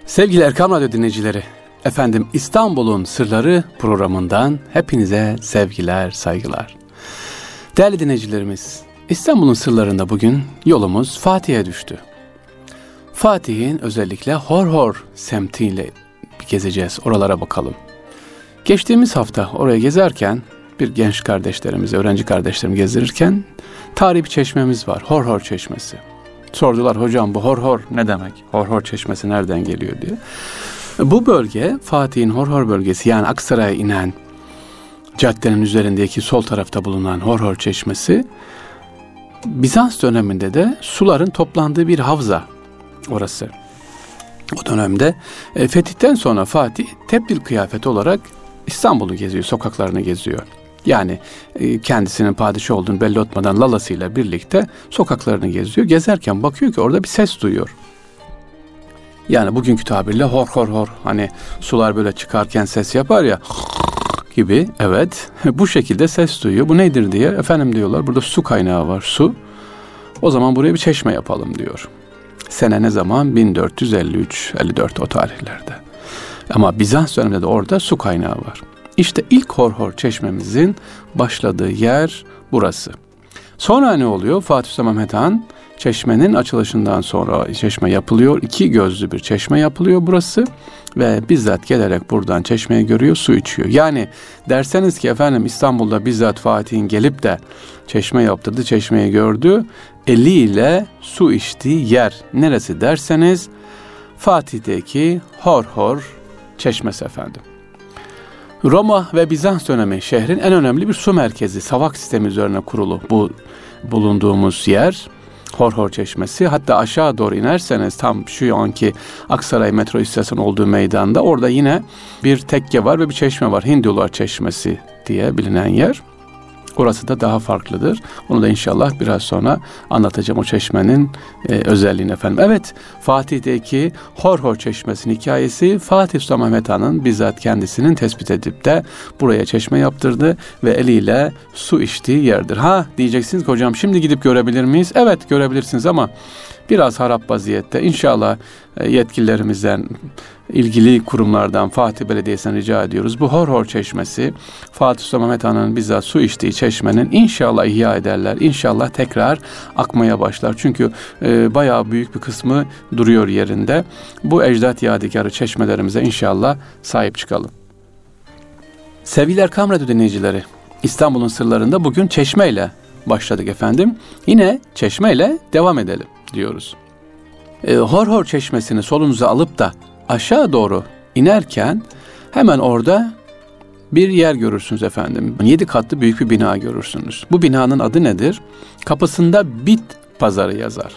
Sevgili Erkam Radyo dinleyicileri, efendim İstanbul'un Sırları programından hepinize sevgiler, saygılar. Değerli dinleyicilerimiz, İstanbul'un sırlarında bugün yolumuz Fatih'e düştü. Fatih'in özellikle Horhor semtiyle bir gezeceğiz, oralara bakalım. Geçtiğimiz hafta oraya gezerken bir genç kardeşlerimiz, öğrenci kardeşlerim gezdirirken tarihi bir çeşmemiz var, Horhor Çeşmesi. Sordular, hocam bu Horhor ne demek? Horhor Çeşmesi nereden geliyor diye. Bu bölge Fatih'in Horhor bölgesi, yani Aksaray'a inen caddenin üzerindeki sol tarafta bulunan Horhor Çeşmesi, Bizans döneminde de suların toplandığı bir havza orası. O dönemde fetihten sonra Fatih tebdil kıyafeti olarak İstanbul'u geziyor, sokaklarını geziyor. Yani kendisinin padişah olduğunu belli etmeden lalasıyla birlikte sokaklarını geziyor. Gezerken bakıyor ki orada bir ses duyuyor. Yani bugünkü tabirle hor hor hor, hani sular böyle çıkarken ses yapar ya gibi, evet bu şekilde ses duyuyor. Bu nedir diye, efendim diyorlar burada su kaynağı var, su. O zaman buraya bir çeşme yapalım diyor. Sene ne zaman? 1453-54 o tarihlerde. Ama Bizans döneminde de orada su kaynağı var. İşte ilk Horhor Çeşmemizin başladığı yer burası. Sonra ne oluyor? Fatih Sultan Mehmet Han çeşmenin açılışından sonra çeşme yapılıyor. 2 gözlü bir çeşme yapılıyor burası. Ve bizzat gelerek buradan çeşmeyi görüyor, su içiyor. Yani derseniz ki efendim İstanbul'da bizzat Fatih'in gelip de çeşme yaptırdı, çeşmeyi gördü, eliyle su içtiği yer neresi derseniz Fatih'teki Horhor Çeşmesi efendim. Roma ve Bizans dönemi şehrin en önemli bir su merkezi, savak sistemi üzerine kurulu bu bulunduğumuz yer Horhor Çeşmesi. Hatta aşağı doğru inerseniz tam şu anki Aksaray metro istasyonu olduğu meydanda orada yine bir tekke var ve bir çeşme var. Hindular Çeşmesi diye bilinen yer. Orası da daha farklıdır. Onu da inşallah biraz sonra anlatacağım, o çeşmenin özelliğini efendim. Evet, Fatih'teki Horhor Çeşmesi'nin hikayesi Fatih Sultan Mehmet Han'ın bizzat kendisinin tespit edip de buraya çeşme yaptırdı ve eliyle su içtiği yerdir. Ha diyeceksiniz ki hocam şimdi gidip görebilir miyiz? Evet görebilirsiniz ama biraz harap vaziyette. İnşallah yetkililerimizden, ilgili kurumlardan, Fatih Belediyesi'ne rica ediyoruz. Bu Horhor Çeşmesi, Fatih Sultan Mehmet Han'ın bizzat su içtiği çeşmenin inşallah ihya ederler. İnşallah tekrar akmaya başlar. Çünkü bayağı büyük bir kısmı duruyor yerinde. Bu ecdat yadigarı çeşmelerimize inşallah sahip çıkalım. Sevgili Erkam Radyo dinleyicileri, İstanbul'un sırlarında bugün çeşmeyle başladık efendim. Yine çeşmeyle devam edelim diyoruz. Horhor Çeşmesi'ni solunuza alıp da aşağı doğru inerken hemen orada bir yer görürsünüz efendim. 7 katlı büyük bir bina görürsünüz. Bu binanın adı nedir? Kapısında Bit Pazarı yazar.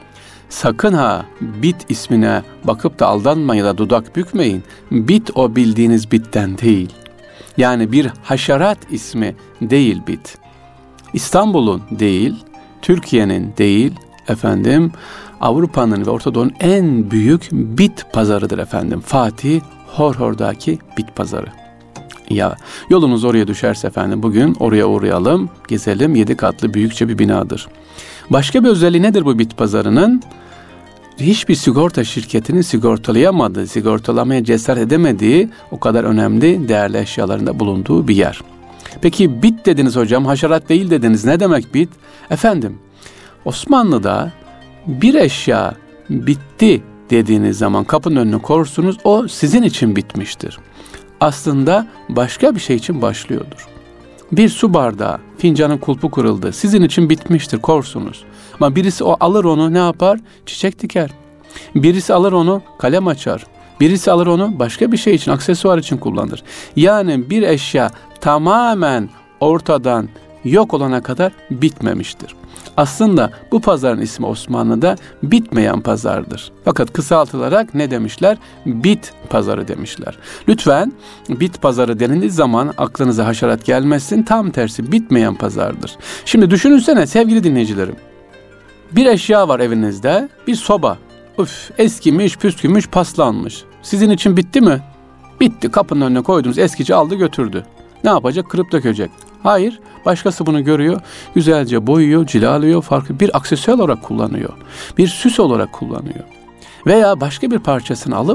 Sakın ha Bit ismine bakıp da aldanmayın ya da dudak bükmeyin. Bit o bildiğiniz bitten değil. Yani bir haşerat ismi değil Bit. İstanbul'un değil, Türkiye'nin değil efendim, Avrupa'nın ve Orta Doğu'nun en büyük bit pazarıdır efendim. Fatih Horhor'daki bit pazarı. Ya yolunuz oraya düşerse efendim bugün oraya uğrayalım, gezelim. 7 katlı büyükçe bir binadır. Başka bir özelliği nedir bu bit pazarının? Hiçbir sigorta şirketinin sigortalayamadığı, sigortalamaya cesaret edemediği o kadar önemli değerli eşyalarında bulunduğu bir yer. Peki bit dediniz hocam, haşerat değil dediniz. Ne demek bit? Efendim Osmanlı'da bir eşya bitti dediğiniz zaman kapının önüne korursunuz, o sizin için bitmiştir. Aslında başka bir şey için başlıyordur. Bir su bardağı, fincanın kulpu kırıldı, sizin için bitmiştir, korsunuz. Ama birisi alır onu ne yapar? Çiçek diker. Birisi alır onu kalem açar. Birisi alır onu başka bir şey için, aksesuar için kullanır. Yani bir eşya tamamen ortadan yok olana kadar bitmemiştir. Aslında bu pazarın ismi Osmanlı'da bitmeyen pazardır. Fakat kısaltılarak ne demişler? Bit pazarı demişler. Lütfen bit pazarı denildiği zaman aklınıza haşerat gelmesin. Tam tersi bitmeyen pazardır. Şimdi düşünsene sevgili dinleyicilerim. Bir eşya var evinizde, bir soba. Eskimiş, püskümüş, paslanmış. Sizin için bitti mi? Bitti. Kapının önüne koydunuz, eskici aldı götürdü. Ne yapacak? Kırıp dökecek. Hayır, başkası bunu görüyor, güzelce boyuyor, cilalıyor, farklı bir aksesuar olarak kullanıyor. Bir süs olarak kullanıyor. Veya başka bir parçasını alıp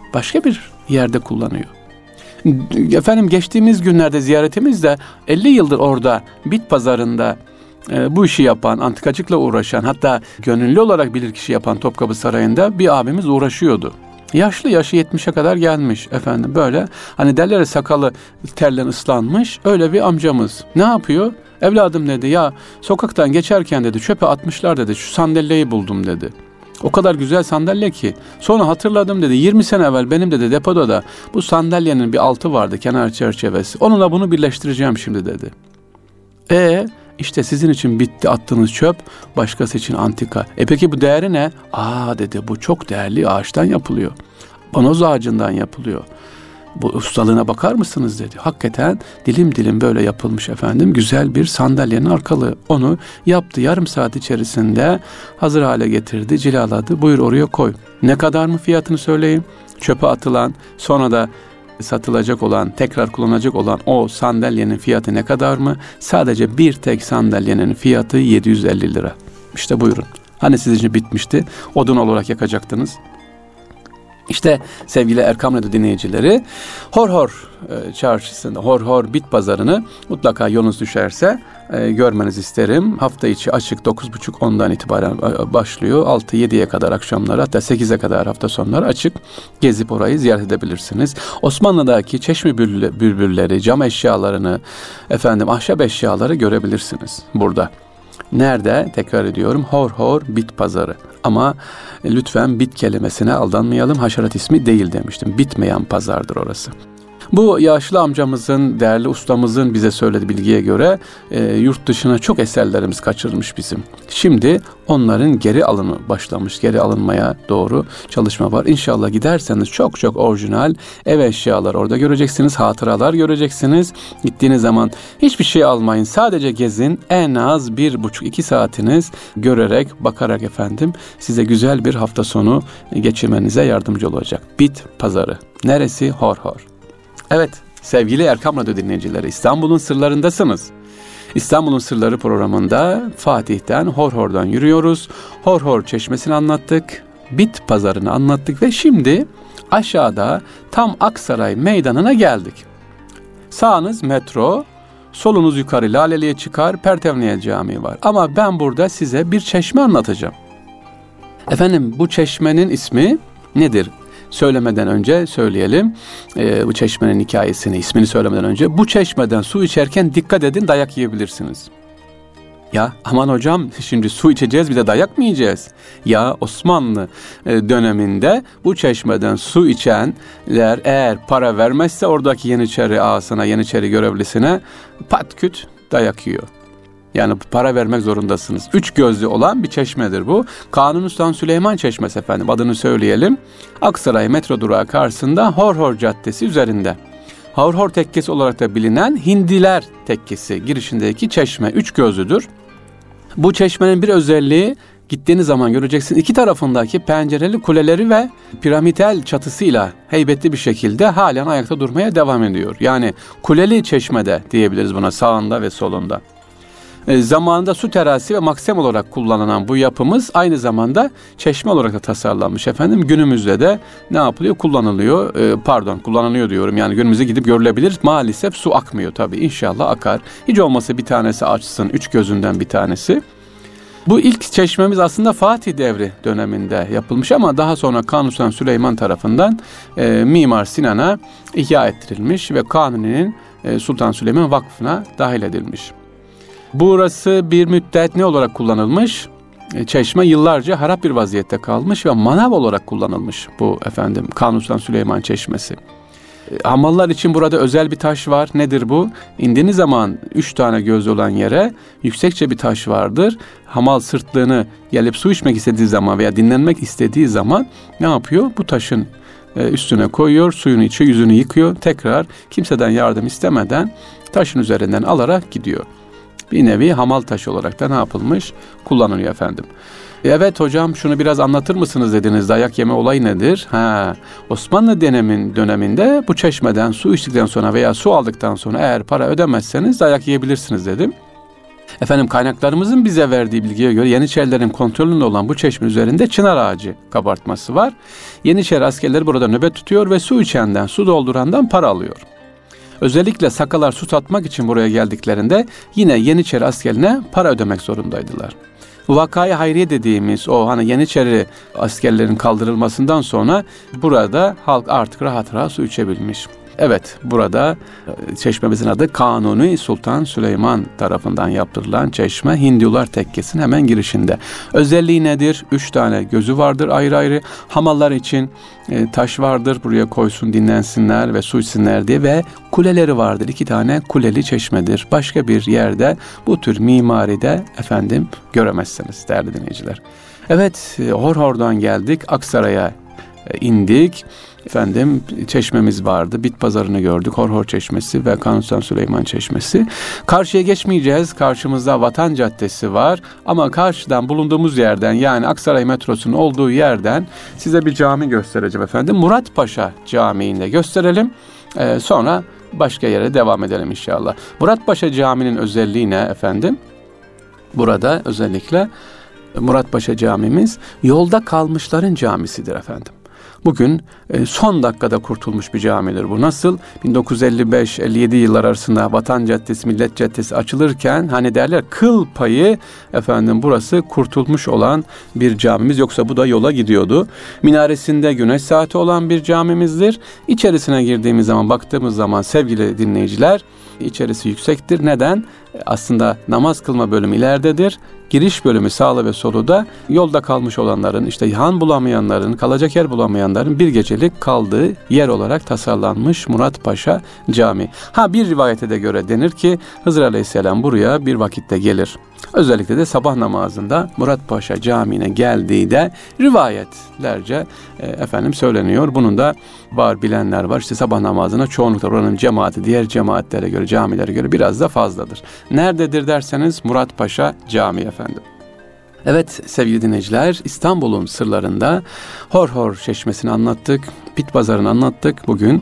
başka bir yerde kullanıyor. Efendim geçtiğimiz günlerde ziyaretimizde 50 yıldır orada bit pazarında bu işi yapan, antikacılıkla uğraşan, hatta gönüllü olarak bilirkişi yapan Topkapı Sarayı'nda bir abimiz uğraşıyordu. Yaşı 70'e kadar gelmiş efendim, böyle hani derler sakalı terlen ıslanmış, öyle bir amcamız. Ne yapıyor? Evladım dedi, ya sokaktan geçerken dedi çöpe atmışlar dedi, şu sandalyeyi buldum dedi. O kadar güzel sandalye ki. Sonra hatırladım dedi, 20 sene evvel benim dedi depoda da bu sandalyenin bir altı vardı, kenar çerçevesi. Onunla bunu birleştireceğim şimdi dedi. İşte sizin için bitti attığınız çöp, başkası için antika. Peki bu değeri ne? Dedi, bu çok değerli ağaçtan yapılıyor. Bonoz ağacından yapılıyor. Bu ustalığına bakar mısınız dedi. Hakikaten dilim dilim böyle yapılmış efendim. Güzel bir sandalyenin arkalığı. Onu yaptı, yarım saat içerisinde hazır hale getirdi, cilaladı. Buyur oraya koy. Ne kadar mı fiyatını söyleyeyim? Çöpe atılan, sonra da satılacak olan, tekrar kullanacak olan o sandalyenin fiyatı ne kadar mı? Sadece bir tek sandalyenin fiyatı 750 lira. İşte buyurun. Hani sizin için bitmişti? Odun olarak yakacaktınız. İşte sevgili Erkam Radyo dinleyicileri, Horhor çarşısında, Horhor bit pazarını mutlaka yolunuz düşerse görmenizi isterim. Hafta içi açık, 9.30-10'dan itibaren başlıyor. 6-7'ye kadar akşamları, hatta 8'e kadar hafta sonları açık. Gezip orayı ziyaret edebilirsiniz. Osmanlı'daki çeşme bülbülleri, cam eşyalarını, ahşap eşyaları görebilirsiniz burada. Nerede? Tekrar ediyorum, Horhor bit pazarı. Ama lütfen bit kelimesine aldanmayalım. Haşerat ismi değil demiştim. Bitmeyen pazardır orası. Bu yaşlı amcamızın, değerli ustamızın bize söylediği bilgiye göre yurt dışına çok eserlerimiz kaçırılmış bizim. Şimdi onların geri alımı başlamış. Geri alınmaya doğru çalışma var. İnşallah giderseniz çok çok orijinal ev eşyaları orada göreceksiniz. Hatıralar göreceksiniz. Gittiğiniz zaman hiçbir şey almayın. Sadece gezin. En az 1,5-2 saatiniz görerek, bakarak efendim size güzel bir hafta sonu geçirmenize yardımcı olacak. Bit pazarı. Neresi? Horhor. Evet, sevgili Erkam Radyo dinleyicileri, İstanbul'un sırlarındasınız. İstanbul'un Sırları programında Fatih'ten, Horhor'dan yürüyoruz. Horhor Çeşmesi'ni anlattık, bit pazarını anlattık ve şimdi aşağıda tam Aksaray Meydanı'na geldik. Sağınız metro, solunuz yukarı Laleli'ye çıkar, Pertevniye Camii var. Ama ben burada size bir çeşme anlatacağım. Efendim, bu çeşmenin ismi nedir? Söylemeden önce söyleyelim, bu çeşmenin hikayesini, ismini söylemeden önce. Bu çeşmeden su içerken dikkat edin, dayak yiyebilirsiniz. Ya aman hocam, şimdi su içeceğiz, bir de dayak mı yiyeceğiz? Ya Osmanlı döneminde bu çeşmeden su içenler eğer para vermezse oradaki Yeniçeri ağasına, Yeniçeri görevlisine pat küt dayak yiyor. Yani para vermek zorundasınız. 3 gözlü olan bir çeşmedir bu. Kanuni Sultan Süleyman Çeşmesi efendim, adını söyleyelim. Aksaray metro durağı karşısında Horhor Caddesi üzerinde. Horhor Tekkesi olarak da bilinen Hindiler Tekkesi girişindeki çeşme 3 gözlüdür. Bu çeşmenin bir özelliği, gittiğiniz zaman göreceksiniz, iki tarafındaki pencereli kuleleri ve piramitel çatısıyla heybetli bir şekilde halen ayakta durmaya devam ediyor. Yani kuleli çeşmede diyebiliriz buna, sağında ve solunda. Zamanında su terası ve maksem olarak kullanılan bu yapımız aynı zamanda çeşme olarak da tasarlanmış efendim. Günümüzde de ne yapılıyor? Kullanılıyor diyorum. Yani günümüze gidip görülebilir. Maalesef su akmıyor tabii. İnşallah akar. Hiç olmazsa bir tanesi açsın. 3 gözünden bir tanesi. Bu ilk çeşmemiz aslında Fatih devri döneminde yapılmış ama daha sonra Kanuni Sultan Süleyman tarafından Mimar Sinan'a ihya ettirilmiş ve Kanuni'nin Sultan Süleyman Vakfı'na dahil edilmiş. Burası bir müddet ne olarak kullanılmış? Çeşme yıllarca harap bir vaziyette kalmış ve manav olarak kullanılmış bu efendim Kanuni Sultan Süleyman Çeşmesi. Hamallar için burada özel bir taş var. Nedir bu? İndiğiniz zaman 3 tane gözlü olan yere yüksekçe bir taş vardır. Hamal sırtlığını gelip su içmek istediği zaman veya dinlenmek istediği zaman ne yapıyor? Bu taşın üstüne koyuyor, suyunu içiyor, yüzünü yıkıyor. Tekrar kimseden yardım istemeden taşın üzerinden alarak gidiyor. Bir nevi hamal taşı olarak da ne yapılmış? Kullanılıyor efendim. Evet hocam, şunu biraz anlatır mısınız dediniz. Dayak yeme olayı nedir? Osmanlı döneminde bu çeşmeden su içtikten sonra veya su aldıktan sonra eğer para ödemezseniz dayak yiyebilirsiniz dedim. Efendim kaynaklarımızın bize verdiği bilgiye göre Yeniçerilerin kontrolünde olan bu çeşme üzerinde çınar ağacı kabartması var. Yeniçeri askerleri burada nöbet tutuyor ve su içenden, su doldurandan para alıyor. Özellikle Sakalar su satmak için buraya geldiklerinde yine Yeniçeri askerine para ödemek zorundaydılar. Vakayı Hayriye dediğimiz o hani Yeniçeri askerlerin kaldırılmasından sonra burada halk artık rahat rahat su içebilmiş. Evet, burada çeşmemizin adı Kanuni Sultan Süleyman tarafından yaptırılan çeşme, Hindular Tekkesi'nin hemen girişinde. Özelliği nedir? 3 tane gözü vardır ayrı ayrı. Hamallar için taş vardır, buraya koysun dinlensinler ve su içsinler diye ve kuleleri vardır. 2 tane kuleli çeşmedir. Başka bir yerde bu tür mimaride efendim göremezsiniz değerli dinleyiciler. Evet, Horhor'dan geldik, Aksaray'a indik. Efendim çeşmemiz vardı. Bit pazarını gördük. Horhor Çeşmesi ve Kanuni Sultan Süleyman Çeşmesi. Karşıya geçmeyeceğiz. Karşımızda Vatan Caddesi var. Ama karşıdan bulunduğumuz yerden yani Aksaray metrosunun olduğu yerden size bir cami göstereceğim efendim. Muratpaşa Camii'nde gösterelim. Sonra başka yere devam edelim inşallah. Muratpaşa Camii'nin özelliği ne efendim? Burada özellikle Muratpaşa Camimiz yolda kalmışların camisidir efendim. Bugün son dakikada kurtulmuş bir camidir bu. Nasıl? 1955-57 yıllar arasında Vatan Caddesi, Millet Caddesi açılırken hani derler kıl payı efendim burası kurtulmuş olan bir camimiz. Yoksa bu da yola gidiyordu. Minaresinde güneş saati olan bir camimizdir. İçerisine girdiğimiz zaman, baktığımız zaman sevgili dinleyiciler, içerisi yüksektir. Neden? Aslında namaz kılma bölümü ileridedir. Giriş bölümü sağlı ve solu da yolda kalmış olanların, işte han bulamayanların, kalacak yer bulamayanların bir gecelik kaldığı yer olarak tasarlanmış Muratpaşa Camii. Bir rivayete de göre denir ki Hızır Aleyhisselam buraya bir vakitte gelir. Özellikle de sabah namazında Muratpaşa Camii'ne geldiği de rivayetlerce efendim söyleniyor. Bunun da var bilenler var. İşte sabah namazına çoğunlukla oranın cemaati diğer cemaatlere göre, camilere göre biraz da fazladır. Nerededir derseniz Muratpaşa Camii efendim. Evet sevgili dinleyiciler, İstanbul'un sırlarında Horhor Çeşmesi'ni anlattık, Bit Pazarı'nı anlattık bugün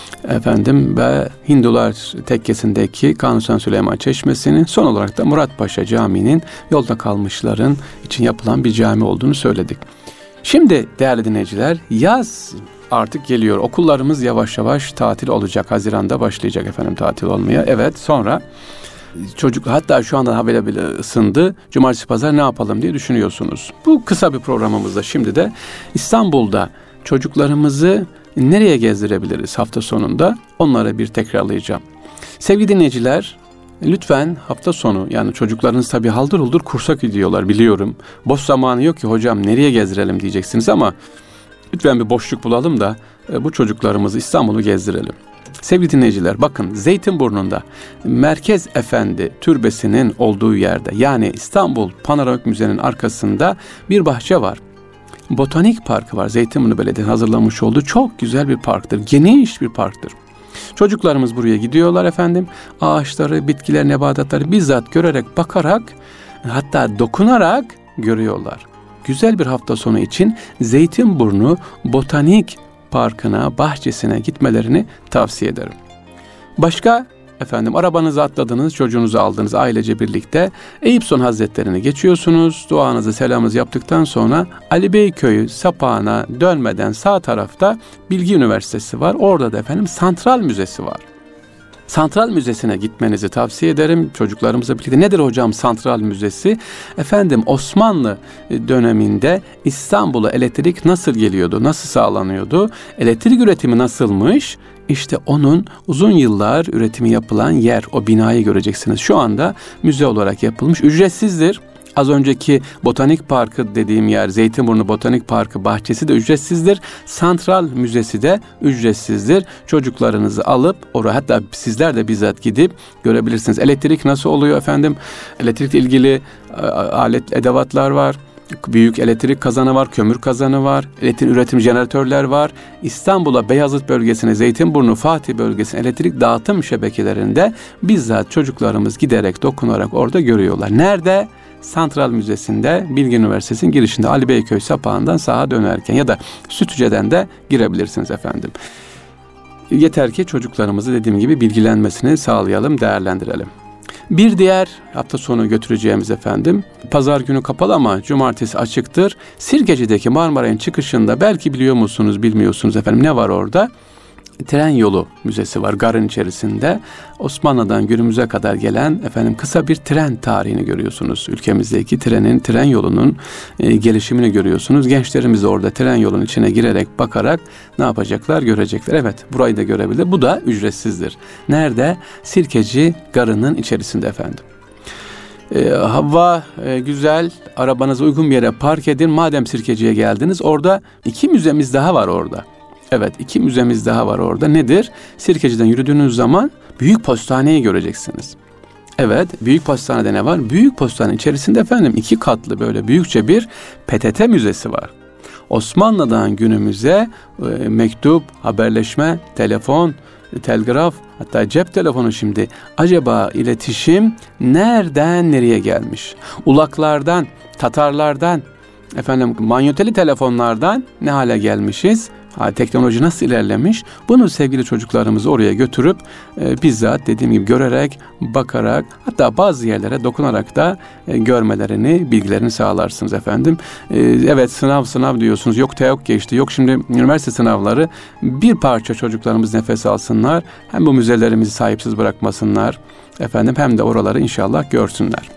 efendim ve Hindular Tekkesi'ndeki Kanuni Sultan Süleyman Çeşmesi'nin, son olarak da Muratpaşa Camii'nin yolda kalmışların için yapılan bir cami olduğunu söyledik. Şimdi değerli dinleyiciler, yaz artık geliyor. Okullarımız yavaş yavaş tatil olacak. Haziran'da başlayacak efendim tatil olmaya. Evet, sonra çocuk, hatta şu anda hava bile ısındı. Cumartesi pazar ne yapalım diye düşünüyorsunuz. Bu kısa bir programımızda şimdi de İstanbul'da çocuklarımızı nereye gezdirebiliriz hafta sonunda? Onlara bir tekrarlayacağım. Sevgili dinleyiciler, lütfen hafta sonu, yani çocuklarınız tabii haldır huldur kursa gidiyorlar biliyorum. Boş zamanı yok ki hocam nereye gezdirelim diyeceksiniz ama lütfen bir boşluk bulalım da bu çocuklarımızı İstanbul'u gezdirelim. Sevgili dinleyiciler, bakın Zeytinburnu'nda Merkez Efendi Türbesi'nin olduğu yerde, yani İstanbul Panoramik Müze'nin arkasında bir bahçe var. Botanik Parkı var. Zeytinburnu Belediye'nin hazırlamış olduğu çok güzel bir parktır. Geniş bir parktır. Çocuklarımız buraya gidiyorlar efendim. Ağaçları, bitkiler, nebatatları bizzat görerek, bakarak, hatta dokunarak görüyorlar. Güzel bir hafta sonu için Zeytinburnu Botanik Parkı'na, bahçesine gitmelerini tavsiye ederim. Başka efendim, arabanızı atladınız, çocuğunuzu aldınız, ailece birlikte Eyüp Sultan Hazretleri'ne geçiyorsunuz. Duanızı, selamınızı yaptıktan sonra Ali Bey Köyü sapağına dönmeden sağ tarafta Bilgi Üniversitesi var. Orada da efendim Santral Müzesi var. Santral Müzesi'ne gitmenizi tavsiye ederim çocuklarımızla birlikte. Nedir hocam Santral Müzesi? Efendim Osmanlı döneminde İstanbul'a elektrik nasıl geliyordu, nasıl sağlanıyordu? Elektrik üretimi nasılmış? İşte onun uzun yıllar üretimi yapılan yer, o binayı göreceksiniz. Şu anda müze olarak yapılmış, ücretsizdir. Az önceki Botanik Parkı dediğim yer, Zeytinburnu Botanik Parkı bahçesi de ücretsizdir. Santral Müzesi de ücretsizdir. Çocuklarınızı alıp oraya, hatta sizler de bizzat gidip görebilirsiniz. Elektrik nasıl oluyor efendim? Elektrikle ilgili alet, edevatlar var. Büyük elektrik kazanı var, kömür kazanı var, elektrik üretim jeneratörler var. İstanbul'a, Beyazıt bölgesine, Zeytinburnu, Fatih bölgesine elektrik dağıtım şebekelerinde bizzat çocuklarımız giderek, dokunarak orada görüyorlar. Nerede? Santral Müzesi'nde, Bilgi Üniversitesi'nin girişinde, Ali Beyköy sapağından sağa dönerken ya da Sütüce'den de girebilirsiniz efendim. Yeter ki çocuklarımızı dediğim gibi bilgilenmesini sağlayalım, değerlendirelim. Bir diğer hafta sonu götüreceğimiz efendim, pazar günü kapalı ama cumartesi açıktır. Sirkeci'deki Marmaray'ın çıkışında, belki biliyor musunuz bilmiyorsunuz efendim, ne var orada? Tren yolu müzesi var garın içerisinde. Osmanlı'dan günümüze kadar gelen efendim kısa bir tren tarihini görüyorsunuz. Ülkemizdeki tren yolunun gelişimini görüyorsunuz. Gençlerimiz de orada tren yolunun içine girerek, bakarak ne yapacaklar görecekler. Evet, burayı da görebilir. Bu da ücretsizdir. Nerede? Sirkeci garının içerisinde efendim. Hava güzel, arabanızı uygun bir yere park edin. Madem Sirkeci'ye geldiniz, orada 2 müzemiz daha var orada. Evet, 2 müzemiz daha var orada. Nedir? Sirkeci'den yürüdüğünüz zaman Büyük Postane'yi göreceksiniz. Evet, Büyük Postane'de ne var? Büyük Postane içerisinde efendim 2 katlı böyle büyükçe bir PTT müzesi var. Osmanlı'dan günümüze mektup, haberleşme, telefon, telgraf, hatta cep telefonu şimdi. Acaba iletişim nereden nereye gelmiş? Ulaklardan, Tatarlardan, efendim manyeteli telefonlardan ne hale gelmişiz? Teknoloji nasıl ilerlemiş? Bunu sevgili çocuklarımızı oraya götürüp bizzat dediğim gibi görerek, bakarak, hatta bazı yerlere dokunarak da görmelerini, bilgilerini sağlarsınız efendim. Evet, sınav diyorsunuz. Yok TEOK geçti. Yok şimdi üniversite sınavları. Bir parça çocuklarımız nefes alsınlar. Hem bu müzelerimizi sahipsiz bırakmasınlar efendim, hem de oraları inşallah görsünler.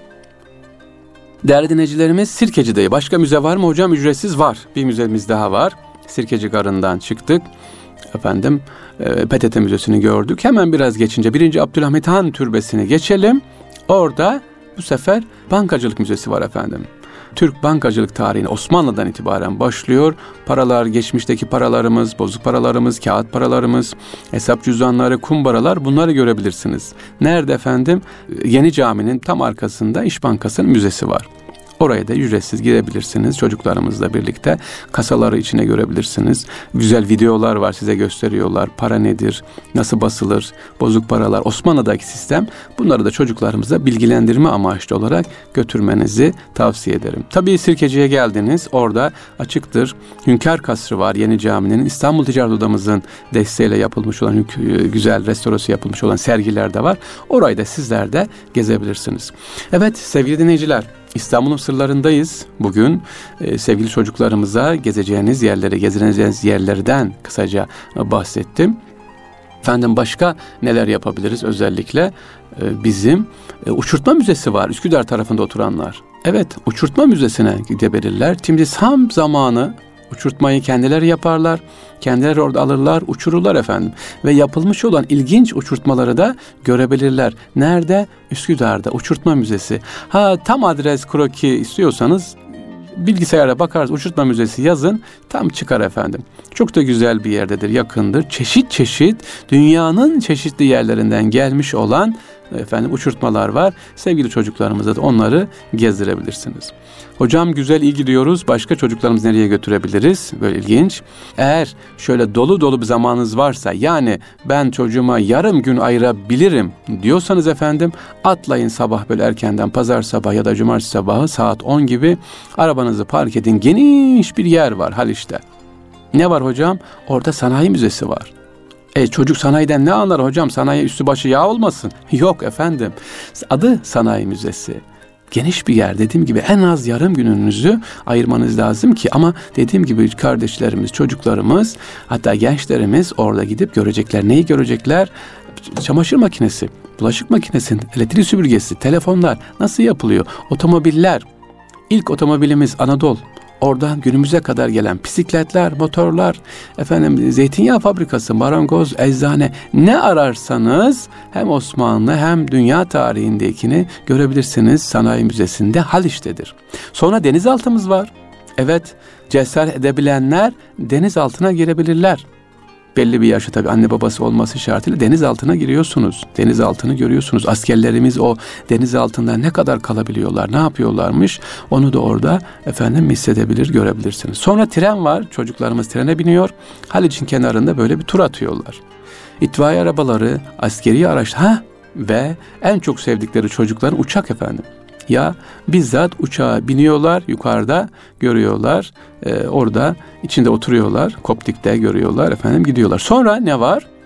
Değerli dinleyicilerimiz, Sirkeci'de başka müze var mı hocam? Ücretsiz var. Bir müzemiz daha var. Sirkeci Garı'ndan çıktık. Efendim PTT Müzesi'ni gördük. Hemen biraz geçince 1. Abdülhamit Han Türbesi'ni geçelim. Orada bu sefer Bankacılık Müzesi var efendim. Türk bankacılık tarihine Osmanlı'dan itibaren başlıyor. Paralar, geçmişteki paralarımız, bozuk paralarımız, kağıt paralarımız, hesap cüzdanları, kumbaralar, bunları görebilirsiniz. Nerede efendim? Yeni Cami'nin tam arkasında İş Bankası'nın müzesi var. Oraya da ücretsiz girebilirsiniz. Çocuklarımızla birlikte kasaları içine görebilirsiniz. Güzel videolar var, size gösteriyorlar. Para nedir? Nasıl basılır? Bozuk paralar, Osmanlı'daki sistem. Bunları da çocuklarımıza bilgilendirme amaçlı olarak götürmenizi tavsiye ederim. Tabii Sirkeci'ye geldiniz. Orada açıktır. Hünkâr Kasrı var. Yeni Cami'nin, İstanbul Ticaret Odamızın desteğiyle yapılmış olan, güzel restorası yapılmış olan sergiler de var. Orayı da sizler de gezebilirsiniz. Evet sevgili dinleyiciler, İstanbul'un sırlarındayız. Bugün sevgili çocuklarımıza gezeceğiniz yerleri, gezeceğiniz yerlerden kısaca bahsettim. Efendim başka neler yapabiliriz? Özellikle bizim uçurtma müzesi var. Üsküdar tarafında oturanlar. Evet, uçurtma müzesine gidebilirler. Şimdi tam zamanı. Uçurtmayı kendileri yaparlar. Kendileri orada alırlar, uçururlar efendim. Ve yapılmış olan ilginç uçurtmaları da görebilirler. Nerede? Üsküdar'da uçurtma müzesi. Tam adres kroki istiyorsanız bilgisayara bakarsınız, uçurtma müzesi yazın, tam çıkar efendim. Çok da güzel bir yerdedir, yakındır. Çeşit çeşit dünyanın çeşitli yerlerinden gelmiş olan efendim uçurtmalar var. Sevgili çocuklarımıza da onları gezdirebilirsiniz. Hocam güzel, iyi gidiyoruz. Başka çocuklarımız nereye götürebiliriz? Böyle ilginç. Eğer şöyle dolu dolu bir zamanınız varsa, yani ben çocuğuma yarım gün ayırabilirim diyorsanız efendim, atlayın sabah böyle erkenden, pazar sabahı ya da cumartesi sabahı saat 10 gibi arabanızı park edin. Geniş bir yer var Haliç'te. Ne var hocam? Orada sanayi müzesi var. Çocuk sanayiden ne anlar hocam? Sanayi üstü başı yağ olmasın. Yok efendim. Adı Sanayi Müzesi. Geniş bir yer, dediğim gibi en az yarım gününüzü ayırmanız lazım ki, ama dediğim gibi kardeşlerimiz, çocuklarımız, hatta gençlerimiz orada gidip görecekler. Neyi görecekler? Çamaşır makinesi, bulaşık makinesi, elektrik süpürgesi, telefonlar nasıl yapılıyor? Otomobiller. İlk otomobilimiz Anadolu. Oradan günümüze kadar gelen bisikletler, motorlar, efendim zeytinyağı fabrikası, marangoz, eczane, ne ararsanız hem Osmanlı hem dünya tarihindekini görebilirsiniz. Sanayi Müzesi'nde Haliç'tedir. Sonra denizaltımız var. Evet, cesaret edebilenler deniz altına girebilirler. Belli bir yaşta tabii anne babası olması şartıyla deniz altına giriyorsunuz. Deniz altını görüyorsunuz. Askerlerimiz o deniz altında ne kadar kalabiliyorlar, ne yapıyorlarmış, onu da orada efendim hissedebilir, görebilirsiniz. Sonra tren var. Çocuklarımız trene biniyor. Haliç'in kenarında böyle bir tur atıyorlar. İtfaiye arabaları, askeri araçlar ve en çok sevdikleri çocukların uçak efendim. Ya bizzat uçağa biniyorlar, yukarıda görüyorlar, orada içinde oturuyorlar, kokpitte görüyorlar efendim, gidiyorlar. Sonra ne var?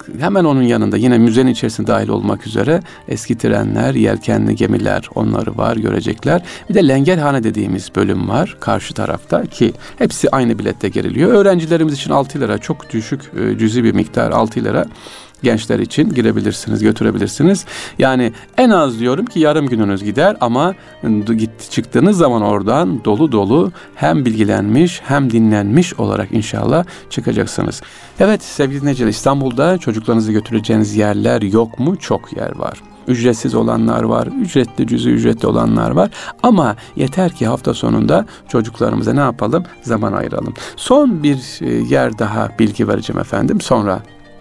hemen onun yanında yine müzenin içerisinde dahil olmak üzere eski trenler, yelkenli gemiler, onları var, görecekler. Bir de Lengerhane dediğimiz bölüm var karşı tarafta ki hepsi aynı bilette giriliyor. Öğrencilerimiz için 6 lira, çok düşük cüzi bir miktar, 6 lira. Gençler için girebilirsiniz, götürebilirsiniz. Yani en az diyorum ki yarım gününüz gider ama çıktığınız zaman oradan dolu dolu hem bilgilenmiş hem dinlenmiş olarak inşallah çıkacaksınız. Evet sevgili dinleyiciler, İstanbul'da çocuklarınızı götüreceğiniz yerler yok mu? Çok yer var. Ücretsiz olanlar var, ücretli, cüzi ücretli olanlar var. Ama yeter ki hafta sonunda çocuklarımıza ne yapalım? Zaman ayıralım. Son bir yer daha bilgi vereceğim efendim. Sonra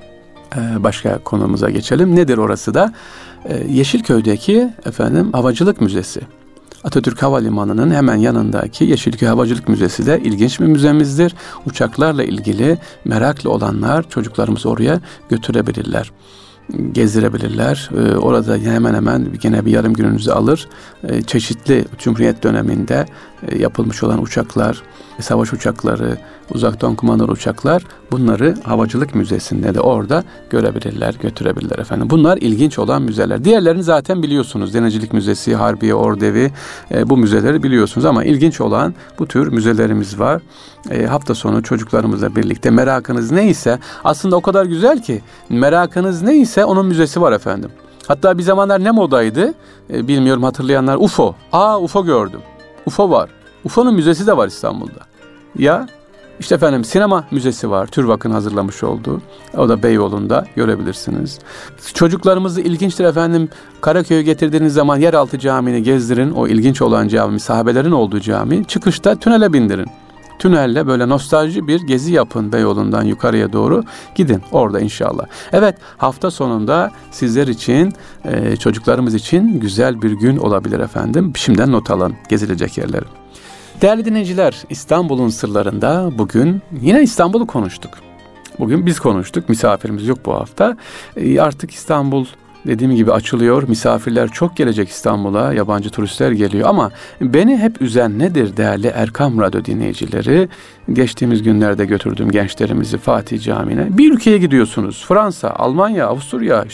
başka konumuza geçelim. Nedir orası da? Yeşilköy'deki Havacılık Müzesi. Atatürk Havalimanı'nın hemen yanındaki Yeşilköy Havacılık Müzesi de ilginç bir müzemizdir. Uçaklarla ilgili meraklı olanlar çocuklarımızı oraya götürebilirler, gezdirebilirler. Orada hemen hemen gene bir yarım gününüzü alır. Çeşitli Cumhuriyet döneminde yapılmış olan uçaklar, savaş uçakları, uzaktan kumandalı uçaklar, bunları Havacılık Müzesi'nde de orada görebilirler, götürebilirler efendim. Bunlar ilginç olan müzeler. Diğerlerini zaten biliyorsunuz. Denizcilik Müzesi, Harbiye, Ordevi, bu müzeleri biliyorsunuz ama ilginç olan bu tür müzelerimiz var. Hafta sonu çocuklarımızla birlikte merakınız neyse, aslında o kadar güzel ki merakınız neyse onun müzesi var efendim. Hatta bir zamanlar ne modaydı? Bilmiyorum, hatırlayanlar UFO. UFO gördüm. UFO var. UFO'nun müzesi de var İstanbul'da. Ya işte efendim sinema müzesi var. TÜRVAK'ın hazırlamış olduğu. O da Beyoğlu'nda görebilirsiniz. Çocuklarımızı ilginçtir efendim. Karaköy'e getirdiğiniz zaman yeraltı camini gezdirin. O ilginç olan cami, sahabelerin olduğu cami. Çıkışta tünele bindirin. Tünelle böyle nostalji bir gezi yapın, Beyoğlu'ndan yukarıya doğru gidin orada inşallah. Evet, hafta sonunda sizler için, çocuklarımız için güzel bir gün olabilir efendim. Şimdiden not alın gezilecek yerleri. Değerli dinleyiciler, İstanbul'un sırlarında bugün yine İstanbul'u konuştuk. Bugün biz konuştuk, misafirimiz yok bu hafta. Artık İstanbul dediğim gibi açılıyor. Misafirler çok gelecek İstanbul'a. Yabancı turistler geliyor ama beni hep üzen nedir değerli Erkam Radyo dinleyicileri? Geçtiğimiz günlerde götürdüğüm gençlerimizi Fatih Camii'ne. Bir ülkeye gidiyorsunuz. Fransa, Almanya, Avusturya,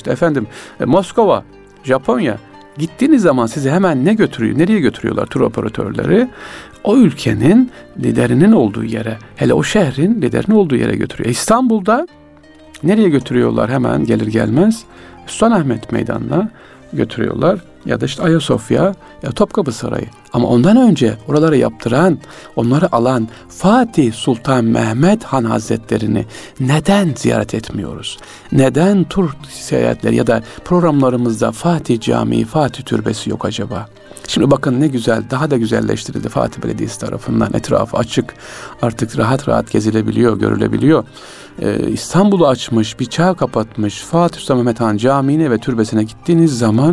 Moskova, Japonya. Gittiğiniz zaman sizi hemen ne götürüyor? Nereye götürüyorlar tur operatörleri? O ülkenin liderinin olduğu yere, hele o şehrin liderinin olduğu yere götürüyor. İstanbul'da nereye götürüyorlar hemen gelir gelmez? Sultanahmet Meydanı'na götürüyorlar ya da Ayasofya ya Topkapı Sarayı. Ama ondan önce oraları yaptıran, onları alan Fatih Sultan Mehmet Han Hazretleri'ni neden ziyaret etmiyoruz? Neden tur seyahatleri ya da programlarımızda Fatih Camii, Fatih Türbesi yok acaba? Şimdi bakın ne güzel, daha da güzelleştirildi Fatih Belediyesi tarafından. Etrafı açık, artık rahat rahat gezilebiliyor, görülebiliyor. İstanbul'u açmış, bir çağ kapatmış Fatih Sultan Mehmet Han Camii'ne ve türbesine gittiğiniz zaman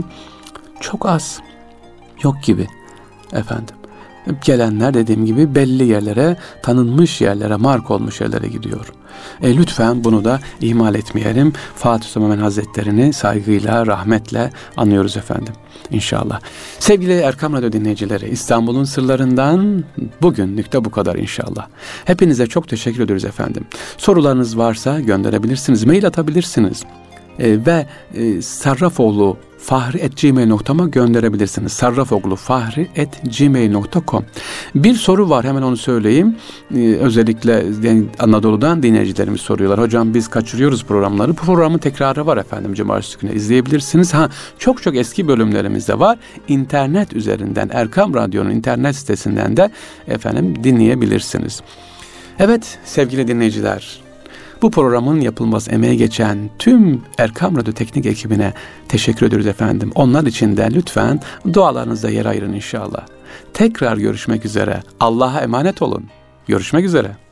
çok az, yok gibi efendim. Gelenler dediğim gibi belli yerlere, tanınmış yerlere, marka olmuş yerlere gidiyor. Lütfen bunu da ihmal etmeyelim. Fatih Sultan Mehmet Hazretleri'ni saygıyla, rahmetle anıyoruz efendim. İnşallah. Sevgili Erkam Radyo dinleyicileri, İstanbul'un sırlarından bugünlük de bu kadar inşallah. Hepinize çok teşekkür ediyoruz efendim. Sorularınız varsa gönderebilirsiniz, mail atabilirsiniz. Ve sarrafoğlufahri@gmail.com'a gönderebilirsiniz. sarrafoğlufahri@gmail.com. Bir soru var, hemen onu söyleyeyim. Özellikle Anadolu'dan dinleyicilerimiz soruyorlar. Hocam biz kaçırıyoruz programları. Bu programın tekrarı var efendim. Cumartesi günü izleyebilirsiniz. Çok eski bölümlerimiz de var. İnternet üzerinden, Erkam Radyo'nun internet sitesinden de efendim dinleyebilirsiniz. Evet sevgili dinleyiciler, bu programın yapılması emeği geçen tüm Erkam Radyo teknik ekibine teşekkür ediyoruz efendim. Onlar için de lütfen dualarınızda yer ayırın inşallah. Tekrar görüşmek üzere. Allah'a emanet olun. Görüşmek üzere.